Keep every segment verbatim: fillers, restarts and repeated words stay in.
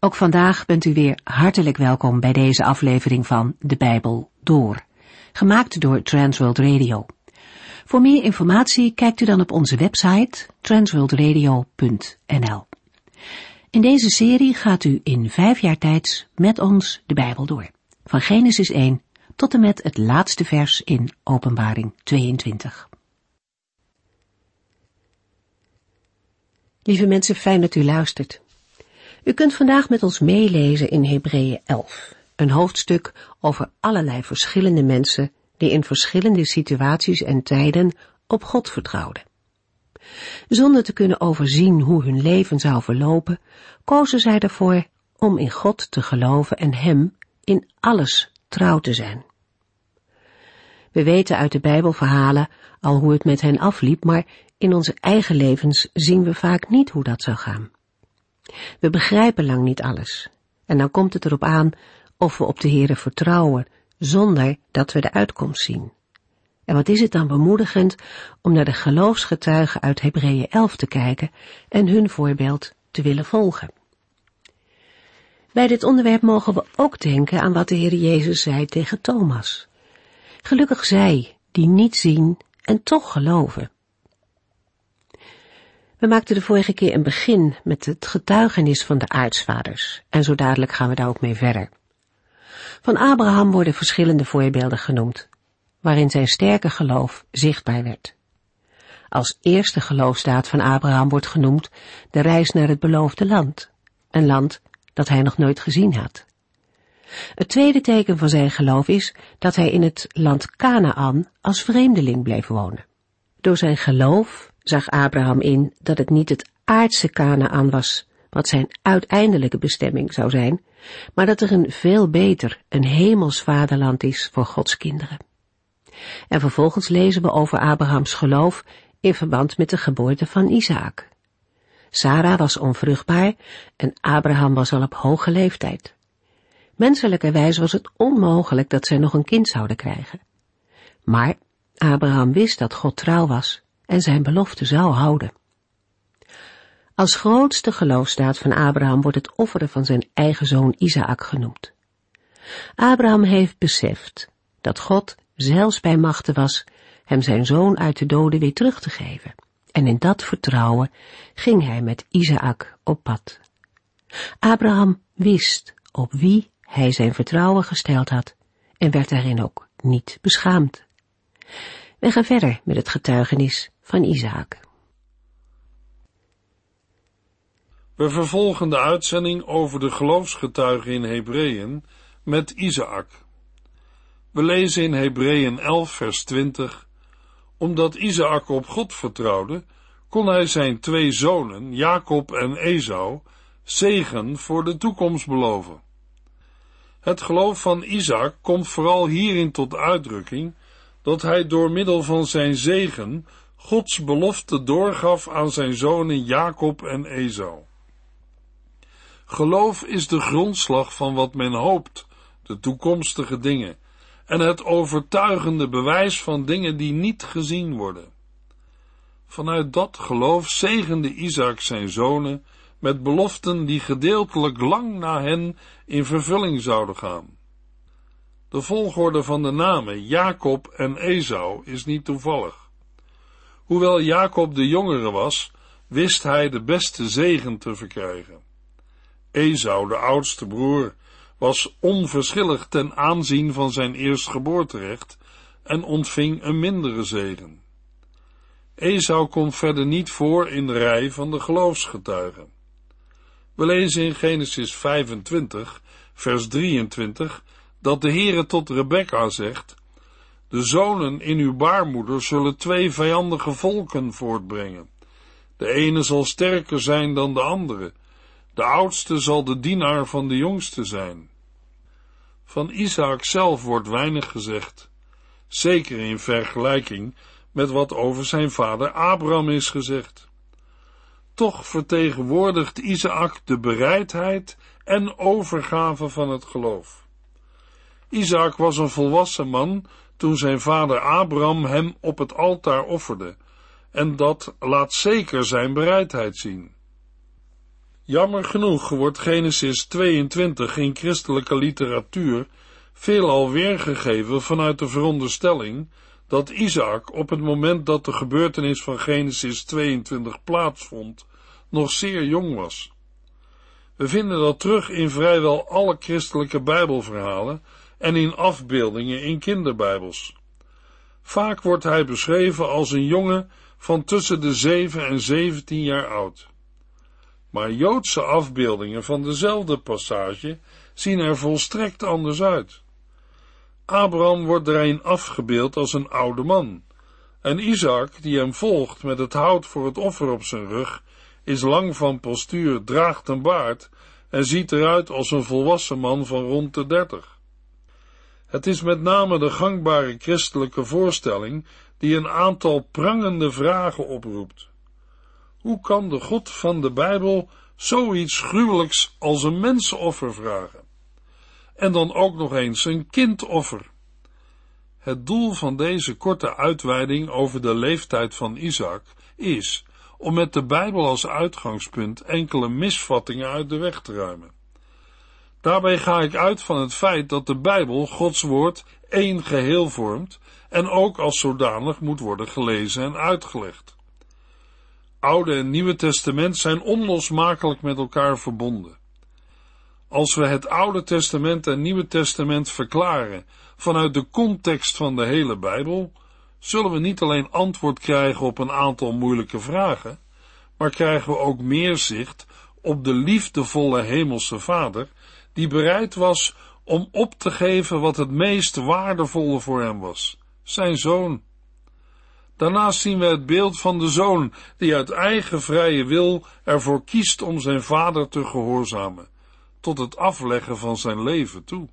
Ook vandaag bent u weer hartelijk welkom bij deze aflevering van De Bijbel Door, gemaakt door Transworld Radio. Voor meer informatie kijkt u dan op onze website transworld radio punt n l. In deze serie gaat u in vijf jaar tijd met ons de Bijbel door, van Genesis één tot en met het laatste vers in Openbaring tweeëntwintig. Lieve mensen, fijn dat u luistert. U kunt vandaag met ons meelezen in Hebreeën elf, een hoofdstuk over allerlei verschillende mensen die in verschillende situaties en tijden op God vertrouwden. Zonder te kunnen overzien hoe hun leven zou verlopen, kozen zij ervoor om in God te geloven en Hem in alles trouw te zijn. We weten uit de Bijbelverhalen al hoe het met hen afliep, maar in onze eigen levens zien we vaak niet hoe dat zou gaan. We begrijpen lang niet alles, en dan komt het erop aan of we op de Heere vertrouwen, zonder dat we de uitkomst zien. En wat is het dan bemoedigend om naar de geloofsgetuigen uit Hebreeën elf te kijken en hun voorbeeld te willen volgen. Bij dit onderwerp mogen we ook denken aan wat de Heer Jezus zei tegen Thomas. Gelukkig zij die niet zien en toch geloven. We maakten de vorige keer een begin met het getuigenis van de aartsvaders en zo dadelijk gaan we daar ook mee verder. Van Abraham worden verschillende voorbeelden genoemd, waarin zijn sterke geloof zichtbaar werd. Als eerste geloofsdaad van Abraham wordt genoemd de reis naar het beloofde land, een land dat hij nog nooit gezien had. Het tweede teken van zijn geloof is dat hij in het land Kanaan als vreemdeling bleef wonen. Door zijn geloof zag Abraham in dat het niet het aardse Kanaan was, wat zijn uiteindelijke bestemming zou zijn, maar dat er een veel beter, een hemels vaderland is voor Gods kinderen. En vervolgens lezen we over Abrahams geloof in verband met de geboorte van Isaak. Sara was onvruchtbaar en Abraham was al op hoge leeftijd. Menselijkerwijs was het onmogelijk dat zij nog een kind zouden krijgen. Maar Abraham wist dat God trouw was en zijn belofte zou houden. Als grootste geloofsdaad van Abraham wordt het offeren van zijn eigen zoon Isaak genoemd. Abraham heeft beseft dat God zelfs bij machte was hem zijn zoon uit de doden weer terug te geven. En in dat vertrouwen ging hij met Isaak op pad. Abraham wist op wie hij zijn vertrouwen gesteld had en werd daarin ook niet beschaamd. We gaan verder met het getuigenis van Isaak. We vervolgen de uitzending over de geloofsgetuigen in Hebreeën met Isaak. We lezen in Hebreeën elf vers twintig, omdat Isaak op God vertrouwde, kon hij zijn twee zonen, Jacob en Esau, zegen voor de toekomst beloven. Het geloof van Isaak komt vooral hierin tot uitdrukking dat hij door middel van zijn zegen Gods belofte doorgaf aan zijn zonen Jacob en Esau. Geloof is de grondslag van wat men hoopt, de toekomstige dingen, en het overtuigende bewijs van dingen die niet gezien worden. Vanuit dat geloof zegende Isaak zijn zonen met beloften die gedeeltelijk lang na hen in vervulling zouden gaan. De volgorde van de namen Jacob en Esau is niet toevallig. Hoewel Jacob de jongere was, wist hij de beste zegen te verkrijgen. Esau, de oudste broer, was onverschillig ten aanzien van zijn eerstgeboorterecht en ontving een mindere zegen. Esau komt verder niet voor in de rij van de geloofsgetuigen. We lezen in Genesis vijfentwintig, vers drieëntwintig, dat de Heere tot Rebekka zegt: de zonen in uw baarmoeder zullen twee vijandige volken voortbrengen. De ene zal sterker zijn dan de andere. De oudste zal de dienaar van de jongste zijn. Van Isaak zelf wordt weinig gezegd, zeker in vergelijking met wat over zijn vader Abraham is gezegd. Toch vertegenwoordigt Isaak de bereidheid en overgave van het geloof. Isaak was een volwassen man toen zijn vader Abraham hem op het altaar offerde, en dat laat zeker zijn bereidheid zien. Jammer genoeg wordt Genesis tweeëntwintig in christelijke literatuur veelal weergegeven vanuit de veronderstelling dat Isaac op het moment dat de gebeurtenis van Genesis tweeëntwintig plaatsvond, nog zeer jong was. We vinden dat terug in vrijwel alle christelijke bijbelverhalen en in afbeeldingen in kinderbijbels. Vaak wordt hij beschreven als een jongen van tussen de zeven en zeventien jaar oud. Maar Joodse afbeeldingen van dezelfde passage zien er volstrekt anders uit. Abraham wordt daarin afgebeeld als een oude man, en Isaac, die hem volgt met het hout voor het offer op zijn rug, is lang van postuur, draagt een baard en ziet eruit als een volwassen man van rond de dertig. Het is met name de gangbare christelijke voorstelling die een aantal prangende vragen oproept. Hoe kan de God van de Bijbel zoiets gruwelijks als een mensenoffer vragen? En dan ook nog eens een kindoffer. Het doel van deze korte uitweiding over de leeftijd van Isaac is om met de Bijbel als uitgangspunt enkele misvattingen uit de weg te ruimen. Daarbij ga ik uit van het feit dat de Bijbel, Gods woord, één geheel vormt en ook als zodanig moet worden gelezen en uitgelegd. Oude en Nieuwe Testament zijn onlosmakelijk met elkaar verbonden. Als we het Oude Testament en Nieuwe Testament verklaren vanuit de context van de hele Bijbel, zullen we niet alleen antwoord krijgen op een aantal moeilijke vragen, maar krijgen we ook meer zicht op de liefdevolle hemelse Vader, die bereid was om op te geven wat het meest waardevolle voor hem was, zijn Zoon. Daarnaast zien we het beeld van de Zoon, die uit eigen vrije wil ervoor kiest om zijn Vader te gehoorzamen, tot het afleggen van zijn leven toe.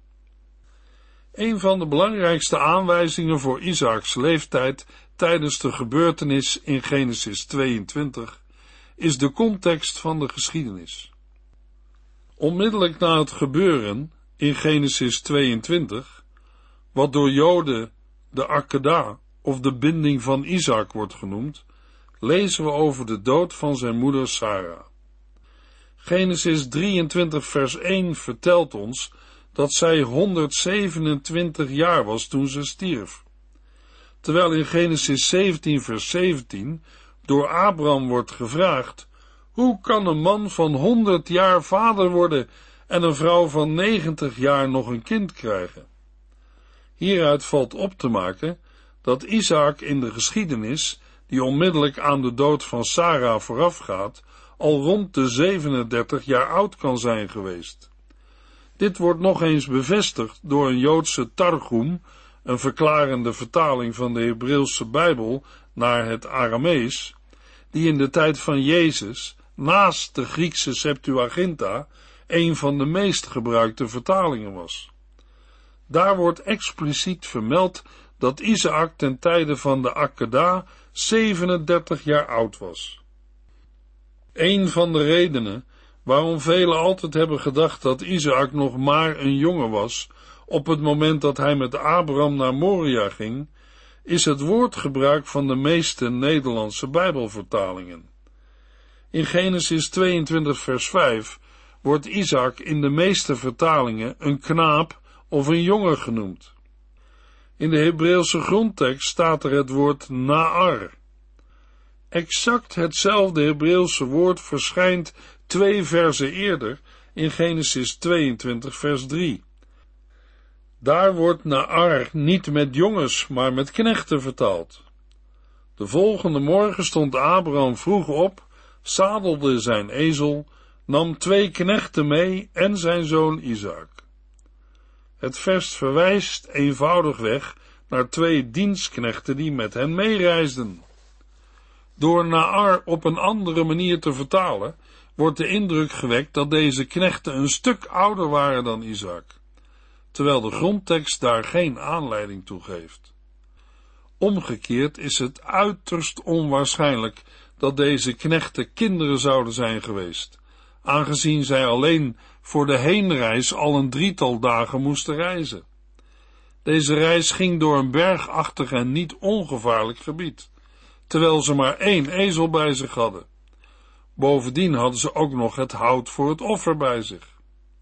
Een van de belangrijkste aanwijzingen voor Isaaks leeftijd tijdens de gebeurtenis in Genesis tweeëntwintig is de context van de geschiedenis. Onmiddellijk na het gebeuren in Genesis tweeëntwintig, wat door Joden de Akedah of de binding van Isaac wordt genoemd, lezen we over de dood van zijn moeder Sarah. Genesis drieëntwintig vers één vertelt ons dat zij honderdzevenentwintig jaar was toen ze stierf. Terwijl in Genesis zeventien vers zeventien door Abraham wordt gevraagd: hoe kan een man van honderd jaar vader worden en een vrouw van negentig jaar nog een kind krijgen? Hieruit valt op te maken dat Isaac in de geschiedenis, die onmiddellijk aan de dood van Sarah voorafgaat, al rond de zevenendertig jaar oud kan zijn geweest. Dit wordt nog eens bevestigd door een Joodse Targum, een verklarende vertaling van de Hebreeuwse Bijbel naar het Aramees, die in de tijd van Jezus, naast de Griekse Septuaginta, een van de meest gebruikte vertalingen was. Daar wordt expliciet vermeld dat Isaac ten tijde van de Akedah zevenendertig jaar oud was. Een van de redenen waarom velen altijd hebben gedacht dat Isaac nog maar een jongen was op het moment dat hij met Abraham naar Moria ging, is het woordgebruik van de meeste Nederlandse Bijbelvertalingen. In Genesis tweeëntwintig vers vijf wordt Isaac in de meeste vertalingen een knaap of een jongen genoemd. In de Hebreeuwse grondtekst staat er het woord naar. Exact hetzelfde Hebreeuwse woord verschijnt twee verzen eerder in Genesis tweeëntwintig vers drie. Daar wordt naar niet met jongens, maar met knechten vertaald. De volgende morgen stond Abraham vroeg op, zadelde zijn ezel, nam twee knechten mee en zijn zoon Isaac. Het vers verwijst eenvoudigweg naar twee dienstknechten die met hen meereisden. Door naar op een andere manier te vertalen, wordt de indruk gewekt dat deze knechten een stuk ouder waren dan Isaac, terwijl de grondtekst daar geen aanleiding toe geeft. Omgekeerd is het uiterst onwaarschijnlijk dat deze knechten kinderen zouden zijn geweest, aangezien zij alleen voor de heenreis al een drietal dagen moesten reizen. Deze reis ging door een bergachtig en niet ongevaarlijk gebied, terwijl ze maar één ezel bij zich hadden. Bovendien hadden ze ook nog het hout voor het offer bij zich.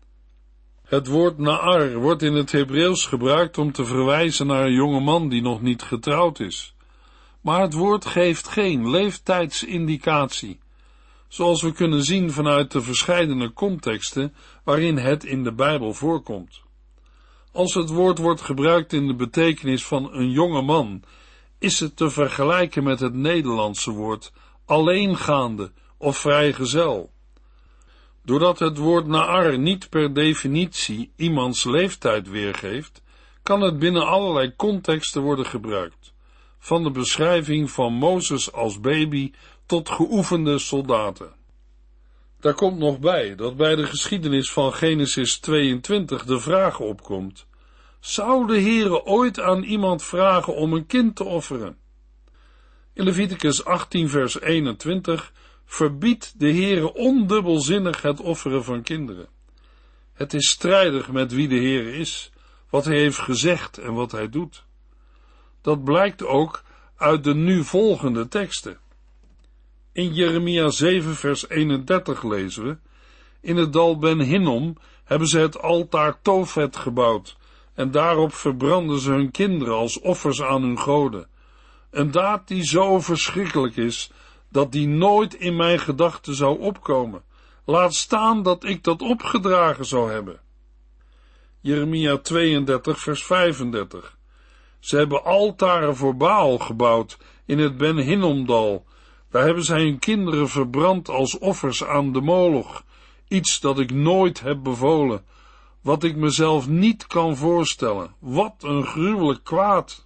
Het woord naar wordt in het Hebreeuws gebruikt om te verwijzen naar een jonge man die nog niet getrouwd is. Maar het woord geeft geen leeftijdsindicatie, zoals we kunnen zien vanuit de verscheidene contexten waarin het in de Bijbel voorkomt. Als het woord wordt gebruikt in de betekenis van een jonge man, is het te vergelijken met het Nederlandse woord alleengaande of vrijgezel. Doordat het woord naar niet per definitie iemands leeftijd weergeeft, kan het binnen allerlei contexten worden gebruikt, van de beschrijving van Mozes als baby tot geoefende soldaten. Daar komt nog bij dat bij de geschiedenis van Genesis tweeëntwintig de vraag opkomt: zou de Heere ooit aan iemand vragen om een kind te offeren? In Leviticus achttien vers eenentwintig verbiedt de Heere ondubbelzinnig het offeren van kinderen. Het is strijdig met wie de Heere is, wat hij heeft gezegd en wat hij doet. Dat blijkt ook uit de nu volgende teksten. In Jeremia zeven vers eenendertig lezen we: in het dal Ben Hinnom hebben ze het altaar Tofet gebouwd, en daarop verbranden ze hun kinderen als offers aan hun goden. Een daad die zo verschrikkelijk is, dat die nooit in mijn gedachten zou opkomen. Laat staan dat ik dat opgedragen zou hebben. Jeremia tweeëndertig vers vijfendertig. Ze hebben altaren voor Baal gebouwd in het Ben Hinnomdal. Daar hebben zij hun kinderen verbrand als offers aan de Moloch, iets dat ik nooit heb bevolen, wat ik mezelf niet kan voorstellen. Wat een gruwelijk kwaad!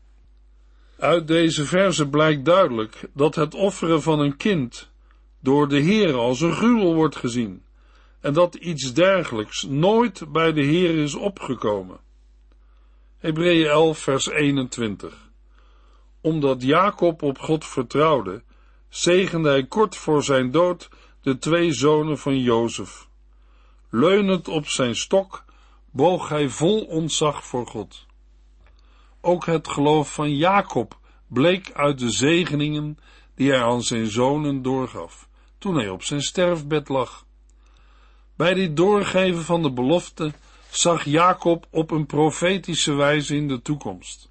Uit deze verse blijkt duidelijk dat het offeren van een kind door de Heere als een gruwel wordt gezien, en dat iets dergelijks nooit bij de Heere is opgekomen. Hebreeën elf vers eenentwintig. Omdat Jacob op God vertrouwde, zegende hij kort voor zijn dood de twee zonen van Jozef. Leunend op zijn stok, boog hij vol ontzag voor God. Ook het geloof van Jacob bleek uit de zegeningen die hij aan zijn zonen doorgaf, toen hij op zijn sterfbed lag. Bij dit doorgeven van de belofte zag Jacob op een profetische wijze in de toekomst.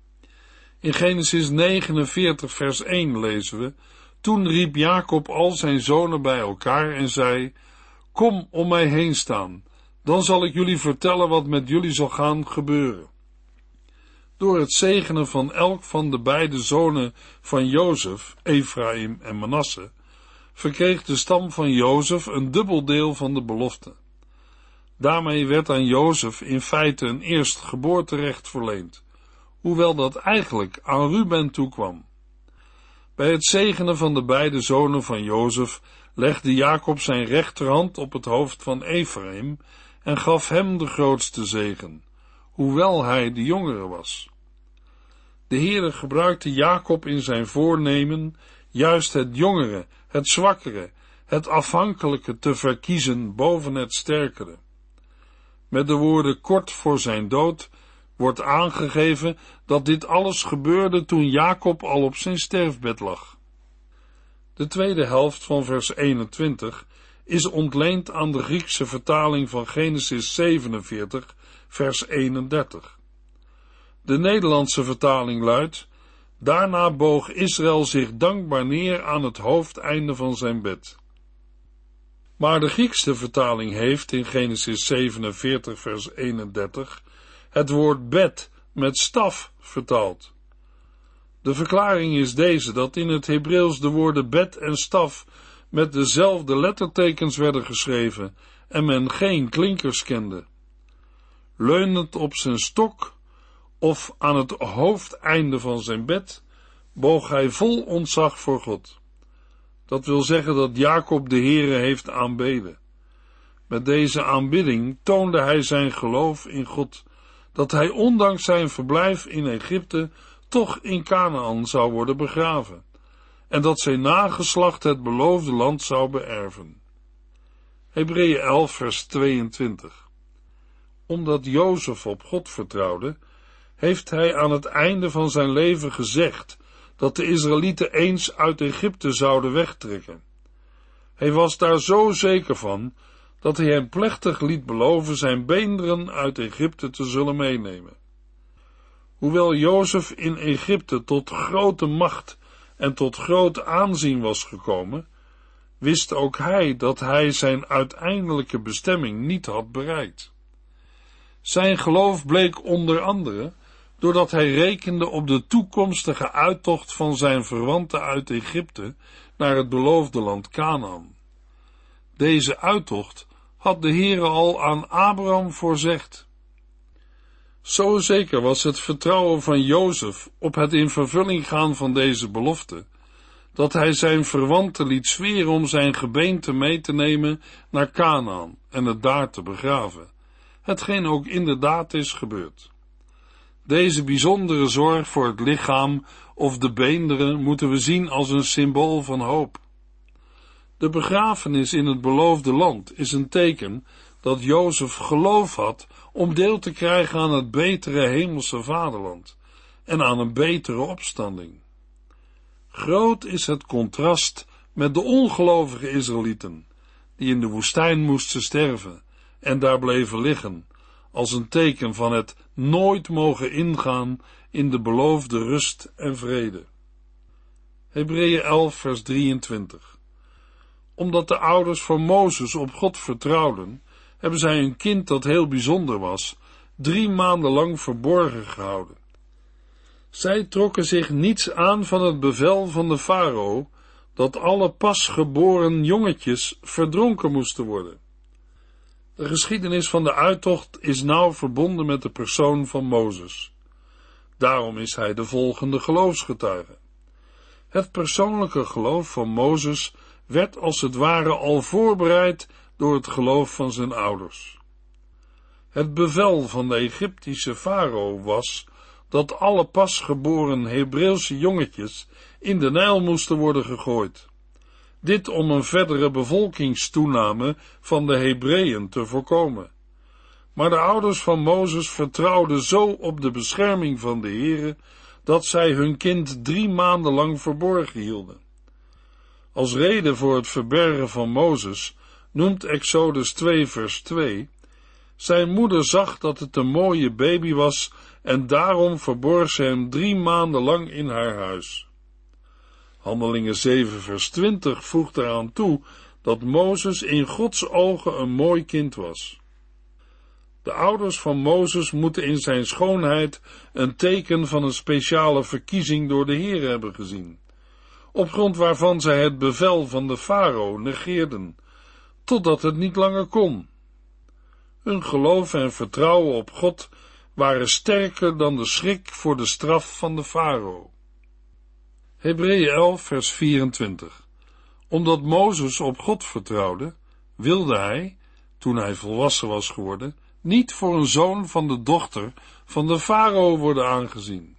In Genesis negenenveertig vers één lezen we: toen riep Jacob al zijn zonen bij elkaar en zei: kom om mij heen staan, dan zal ik jullie vertellen wat met jullie zal gaan gebeuren. Door het zegenen van elk van de beide zonen van Jozef, Efraïm en Manasse, verkreeg de stam van Jozef een dubbel deel van de belofte. Daarmee werd aan Jozef in feite een eerstgeboorterecht verleend, hoewel dat eigenlijk aan Ruben toekwam. Bij het zegenen van de beide zonen van Jozef legde Jacob zijn rechterhand op het hoofd van Efraïm en gaf hem de grootste zegen, hoewel hij de jongere was. De Heere gebruikte Jacob in zijn voornemen juist het jongere, het zwakkere, het afhankelijke te verkiezen boven het sterkere. Met de woorden kort voor zijn dood wordt aangegeven dat dit alles gebeurde toen Jacob al op zijn sterfbed lag. De tweede helft van vers eenentwintig is ontleend aan de Griekse vertaling van Genesis zevenenveertig, vers eenendertig. De Nederlandse vertaling luidt: daarna boog Israël zich dankbaar neer aan het hoofdeinde van zijn bed. Maar de Griekse vertaling heeft in Genesis zevenenveertig, vers eenendertig het woord bed met staf vertaald. De verklaring is deze, dat in het Hebreeuws de woorden bed en staf met dezelfde lettertekens werden geschreven en men geen klinkers kende. Leunend op zijn stok of aan het hoofdeinde van zijn bed boog hij vol ontzag voor God. Dat wil zeggen dat Jacob de Heere heeft aanbeden. Met deze aanbidding toonde hij zijn geloof in God, dat hij ondanks zijn verblijf in Egypte toch in Kanaan zou worden begraven, en dat zijn nageslacht het beloofde land zou beërven. Hebreeën elf vers tweeëntwintig. Omdat Jozef op God vertrouwde, heeft hij aan het einde van zijn leven gezegd dat de Israëlieten eens uit Egypte zouden wegtrekken. Hij was daar zo zeker van, dat hij hem plechtig liet beloven zijn beenderen uit Egypte te zullen meenemen. Hoewel Jozef in Egypte tot grote macht en tot groot aanzien was gekomen, wist ook hij dat hij zijn uiteindelijke bestemming niet had bereikt. Zijn geloof bleek onder andere doordat hij rekende op de toekomstige uittocht van zijn verwanten uit Egypte naar het beloofde land Kanaan. Deze uittocht had de Heere al aan Abraham voorzegd. Zo zeker was het vertrouwen van Jozef op het in vervulling gaan van deze belofte, dat hij zijn verwanten liet zweren om zijn gebeente mee te nemen naar Kanaan en het daar te begraven, hetgeen ook inderdaad is gebeurd. Deze bijzondere zorg voor het lichaam of de beenderen moeten we zien als een symbool van hoop. De begrafenis in het beloofde land is een teken dat Jozef geloof had om deel te krijgen aan het betere hemelse vaderland en aan een betere opstanding. Groot is het contrast met de ongelovige Israëlieten, die in de woestijn moesten sterven en daar bleven liggen, als een teken van het nooit mogen ingaan in de beloofde rust en vrede. Hebreeën elf vers drieëntwintig. Omdat de ouders van Mozes op God vertrouwden, hebben zij een kind dat heel bijzonder was, drie maanden lang verborgen gehouden. Zij trokken zich niets aan van het bevel van de farao, dat alle pasgeboren jongetjes verdronken moesten worden. De geschiedenis van de uittocht is nauw verbonden met de persoon van Mozes. Daarom is hij de volgende geloofsgetuige. Het persoonlijke geloof van Mozes werd als het ware al voorbereid door het geloof van zijn ouders. Het bevel van de Egyptische farao was dat alle pasgeboren Hebreeuwse jongetjes in de Nijl moesten worden gegooid. Dit om een verdere bevolkingstoename van de Hebreeën te voorkomen. Maar de ouders van Mozes vertrouwden zo op de bescherming van de Heere, dat zij hun kind drie maanden lang verborgen hielden. Als reden voor het verbergen van Mozes noemt Exodus twee vers twee, zijn moeder zag dat het een mooie baby was en daarom verborg ze hem drie maanden lang in haar huis. Handelingen zeven vers twintig voegt eraan toe dat Mozes in Gods ogen een mooi kind was. De ouders van Mozes moeten in zijn schoonheid een teken van een speciale verkiezing door de Heer hebben gezien, op grond waarvan zij het bevel van de farao negeerden, totdat het niet langer kon. Hun geloof en vertrouwen op God waren sterker dan de schrik voor de straf van de farao. Hebreeën elf vers vierentwintig. Omdat Mozes op God vertrouwde, wilde hij, toen hij volwassen was geworden, niet voor een zoon van de dochter van de farao worden aangezien.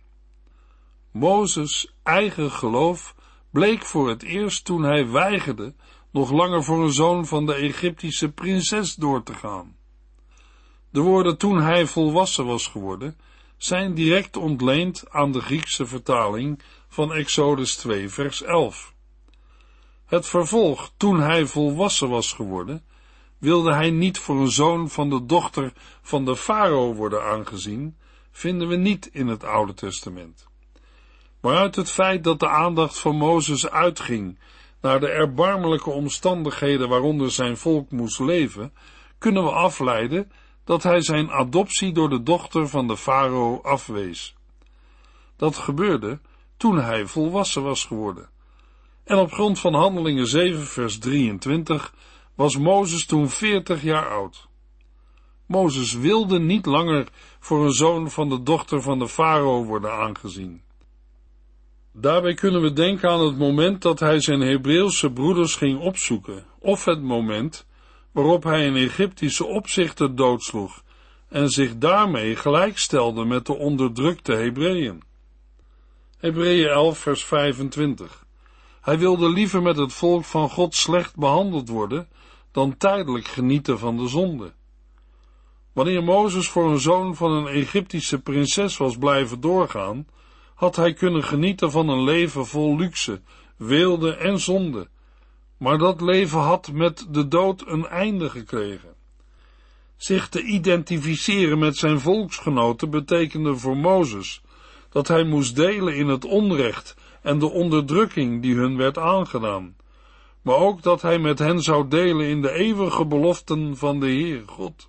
Mozes' eigen geloof bleek voor het eerst toen hij weigerde nog langer voor een zoon van de Egyptische prinses door te gaan. De woorden toen hij volwassen was geworden zijn direct ontleend aan de Griekse vertaling van Exodus twee vers elf. Het vervolg toen hij volwassen was geworden wilde hij niet voor een zoon van de dochter van de farao worden aangezien, vinden we niet in het Oude Testament. Maar uit het feit dat de aandacht van Mozes uitging naar de erbarmelijke omstandigheden waaronder zijn volk moest leven, kunnen we afleiden dat hij zijn adoptie door de dochter van de farao afwees. Dat gebeurde toen hij volwassen was geworden. En op grond van Handelingen zeven vers drieëntwintig was Mozes toen veertig jaar oud. Mozes wilde niet langer voor een zoon van de dochter van de farao worden aangezien. Daarbij kunnen we denken aan het moment dat hij zijn Hebreeuwse broeders ging opzoeken, of het moment waarop hij een Egyptische opzichter doodsloeg en zich daarmee gelijkstelde met de onderdrukte Hebreeën. Hebreeën elf vers vijfentwintig. Hij wilde liever met het volk van God slecht behandeld worden dan tijdelijk genieten van de zonde. Wanneer Mozes voor een zoon van een Egyptische prinses was blijven doorgaan, had hij kunnen genieten van een leven vol luxe, weelde en zonde. maar dat leven had met de dood een einde gekregen. Zich te identificeren met zijn volksgenoten betekende voor Mozes dat hij moest delen in het onrecht en de onderdrukking die hun werd aangedaan, maar ook dat hij met hen zou delen in de eeuwige beloften van de Heere God.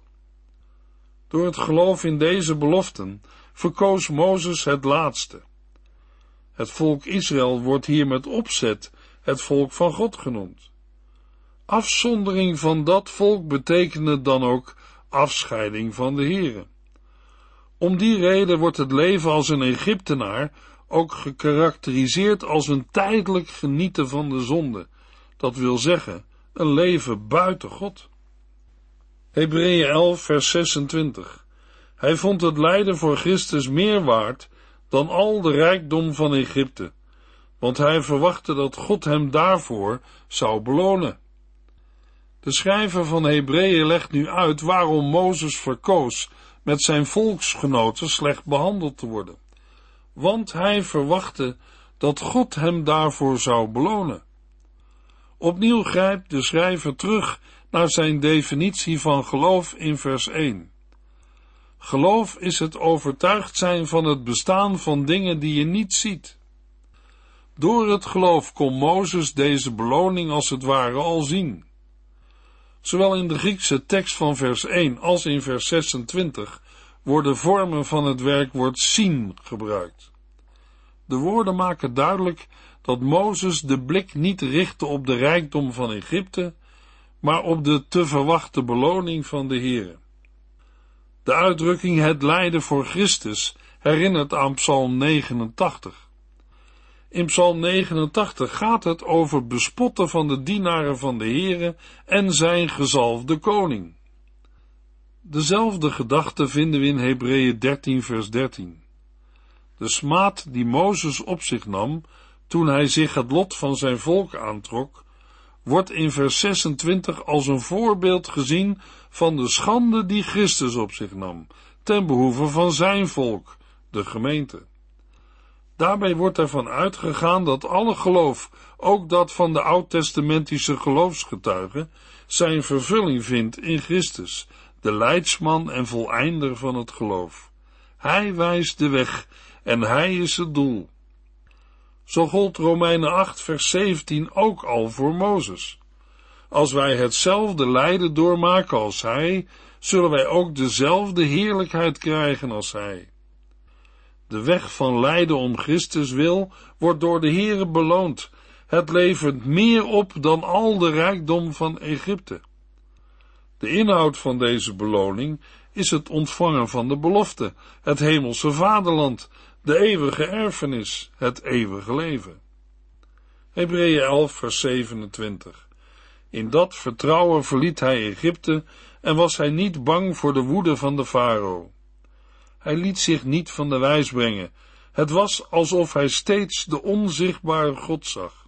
Door het geloof in deze beloften verkoos Mozes het laatste. Het volk Israël wordt hier met opzet het volk van God genoemd. Afzondering van dat volk betekende dan ook afscheiding van de Heere. Om die reden wordt het leven als een Egyptenaar ook gekarakteriseerd als een tijdelijk genieten van de zonde, dat wil zeggen, een leven buiten God. Hebreeën elf vers zesentwintig. Hij vond het lijden voor Christus meer waard dan al de rijkdom van Egypte, want hij verwachtte dat God hem daarvoor zou belonen. De schrijver van Hebreeën legt nu uit waarom Mozes verkoos met zijn volksgenoten slecht behandeld te worden, want hij verwachtte dat God hem daarvoor zou belonen. Opnieuw grijpt de schrijver terug naar zijn definitie van geloof in vers één. Geloof is het overtuigd zijn van het bestaan van dingen die je niet ziet. Door het geloof kon Mozes deze beloning als het ware al zien. Zowel in de Griekse tekst van vers één als in vers zesentwintig worden vormen van het werkwoord zien gebruikt. De woorden maken duidelijk dat Mozes de blik niet richtte op de rijkdom van Egypte, maar op de te verwachte beloning van de Heere. De uitdrukking het lijden voor Christus herinnert aan Psalm negenentachtig. In Psalm negenentachtig gaat het over bespotten van de dienaren van de Heere en zijn gezalfde koning. Dezelfde gedachte vinden we in Hebreeën dertien vers dertien. De smaad die Mozes op zich nam, toen hij zich het lot van zijn volk aantrok, wordt in vers zesentwintig als een voorbeeld gezien van de schande die Christus op zich nam, ten behoeve van zijn volk, de gemeente. Daarbij wordt ervan uitgegaan dat alle geloof, ook dat van de oud-testamentische geloofsgetuigen, zijn vervulling vindt in Christus, de leidsman en voleinder van het geloof. Hij wijst de weg en hij is het doel. Zo gold Romeinen acht vers zeventien ook al voor Mozes. Als wij hetzelfde lijden doormaken als hij, zullen wij ook dezelfde heerlijkheid krijgen als hij. De weg van lijden om Christus wil, wordt door de Heere beloond. Het levert meer op dan al de rijkdom van Egypte. De inhoud van deze beloning is het ontvangen van de belofte, het hemelse vaderland, de eeuwige erfenis, het eeuwige leven. Hebreeën elf vers zevenentwintig. In dat vertrouwen verliet hij Egypte en was hij niet bang voor de woede van de farao. Hij liet zich niet van de wijs brengen. Het was alsof hij steeds de onzichtbare God zag.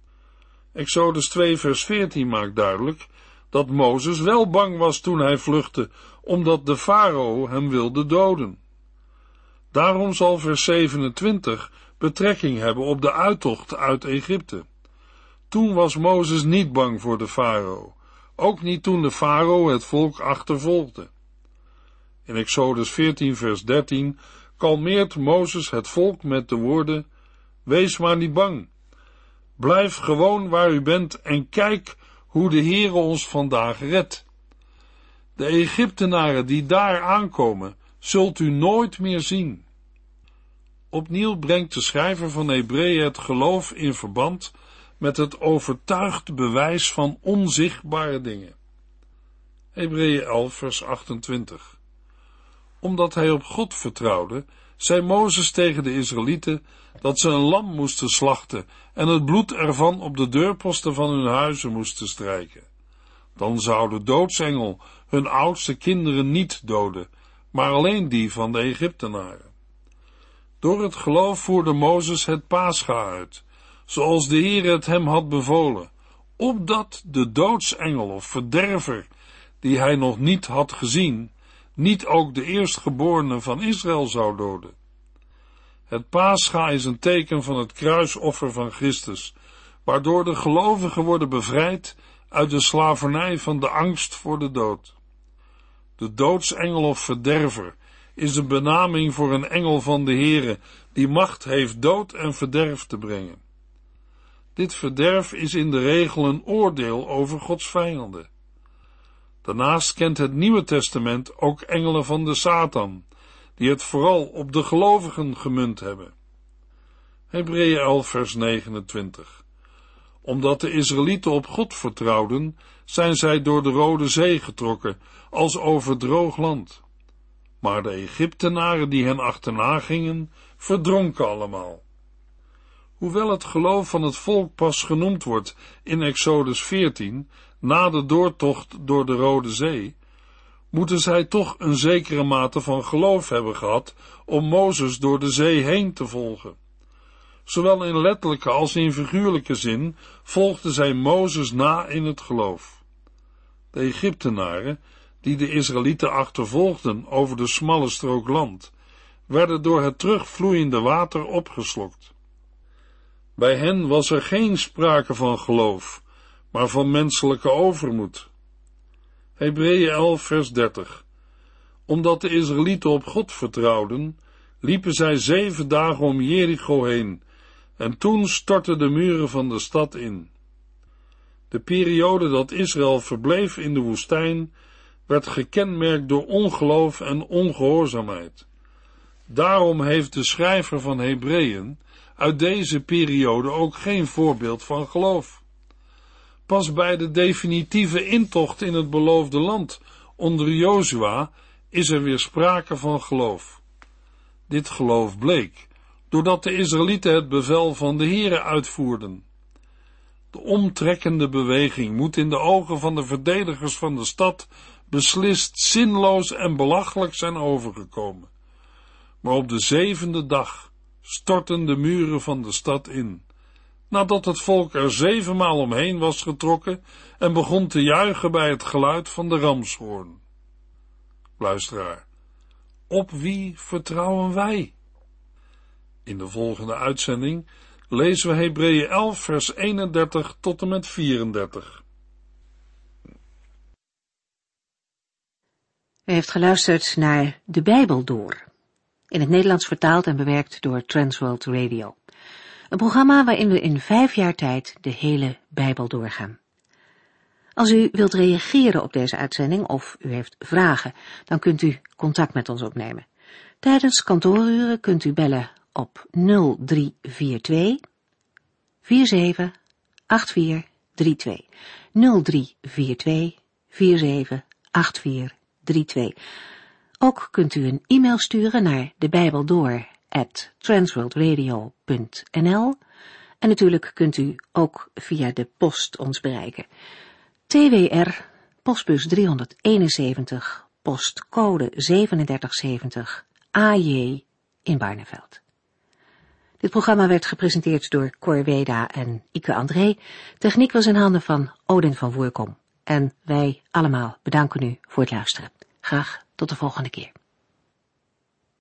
Exodus twee vers veertien maakt duidelijk dat Mozes wel bang was toen hij vluchtte, omdat de farao hem wilde doden. Daarom zal vers zevenentwintig betrekking hebben op de uittocht uit Egypte. Toen was Mozes niet bang voor de farao, ook niet toen de farao het volk achtervolgde. In Exodus veertien vers dertien kalmeert Mozes het volk met de woorden: wees maar niet bang. Blijf gewoon waar u bent en kijk hoe de Heere ons vandaag redt. De Egyptenaren die daar aankomen, zult u nooit meer zien. Opnieuw brengt de schrijver van Hebreeën het geloof in verband met het overtuigd bewijs van onzichtbare dingen. Hebreeën elf vers achtentwintig. Omdat hij op God vertrouwde, zei Mozes tegen de Israëlieten dat ze een lam moesten slachten en het bloed ervan op de deurposten van hun huizen moesten strijken. Dan zou de doodsengel hun oudste kinderen niet doden, maar alleen die van de Egyptenaren. Door het geloof voerde Mozes het Pascha uit, zoals de Heer het hem had bevolen, opdat de doodsengel of verderver, die hij nog niet had gezien, niet ook de eerstgeborene van Israël zou doden. Het Pascha is een teken van het kruisoffer van Christus, waardoor de gelovigen worden bevrijd uit de slavernij van de angst voor de dood. De doodsengel of verderver is een benaming voor een engel van de Heere, die macht heeft dood en verderf te brengen. Dit verderf is in de regel een oordeel over Gods vijanden. Daarnaast kent het Nieuwe Testament ook engelen van de Satan, die het vooral op de gelovigen gemunt hebben. Hebreeën elf vers negenentwintig. Omdat de Israëlieten op God vertrouwden, zijn zij door de Rode Zee getrokken, als over droog land. Maar de Egyptenaren die hen achterna gingen, verdronken allemaal. Hoewel het geloof van het volk pas genoemd wordt in Exodus veertien, na de doortocht door de Rode Zee, moeten zij toch een zekere mate van geloof hebben gehad om Mozes door de zee heen te volgen. Zowel in letterlijke als in figuurlijke zin volgden zij Mozes na in het geloof. De Egyptenaren, die de Israëlieten achtervolgden over de smalle strook land, werden door het terugvloeiende water opgeslokt. Bij hen was er geen sprake van geloof, maar van menselijke overmoed. Hebreeën elf vers dertig. Omdat de Israëlieten op God vertrouwden, liepen zij zeven dagen om Jericho heen, en toen stortten de muren van de stad in. De periode dat Israël verbleef in de woestijn, werd gekenmerkt door ongeloof en ongehoorzaamheid. Daarom heeft de schrijver van Hebreeën uit deze periode ook geen voorbeeld van geloof. Pas bij de definitieve intocht in het beloofde land onder Jozua is er weer sprake van geloof. Dit geloof bleek doordat de Israëlieten het bevel van de Heere uitvoerden. De omtrekkende beweging moet in de ogen van de verdedigers van de stad beslist zinloos en belachelijk zijn overgekomen. Maar op de zevende dag stortten de muren van de stad in, nadat het volk er zevenmaal omheen was getrokken en begon te juichen bij het geluid van de ramshoorn. Luisteraar, op wie vertrouwen wij? In de volgende uitzending lezen we Hebreeën elf vers eenendertig tot en met vierendertig. U heeft geluisterd naar De Bijbel Door, in het Nederlands vertaald en bewerkt door Transworld Radio. Een programma waarin we in vijf jaar tijd de hele Bijbel doorgaan. Als u wilt reageren op deze uitzending of u heeft vragen, dan kunt u contact met ons opnemen. Tijdens kantooruren kunt u bellen op nul drie vier twee vier zeven acht vier drie twee. nul drie vier twee vier zeven acht vier drie twee. Ook kunt u een e-mail sturen naar debijbeldoor at transworldradio punt n l en natuurlijk kunt u ook via de post ons bereiken. T W R, postbus driehonderdeenenzeventig, postcode drieënzeventig zeventig, A J in Barneveld. Dit programma werd gepresenteerd door Cor Weda en Ike André. Techniek was in handen van Odin van Voerkom. En wij allemaal bedanken u voor het luisteren. Graag tot de volgende keer.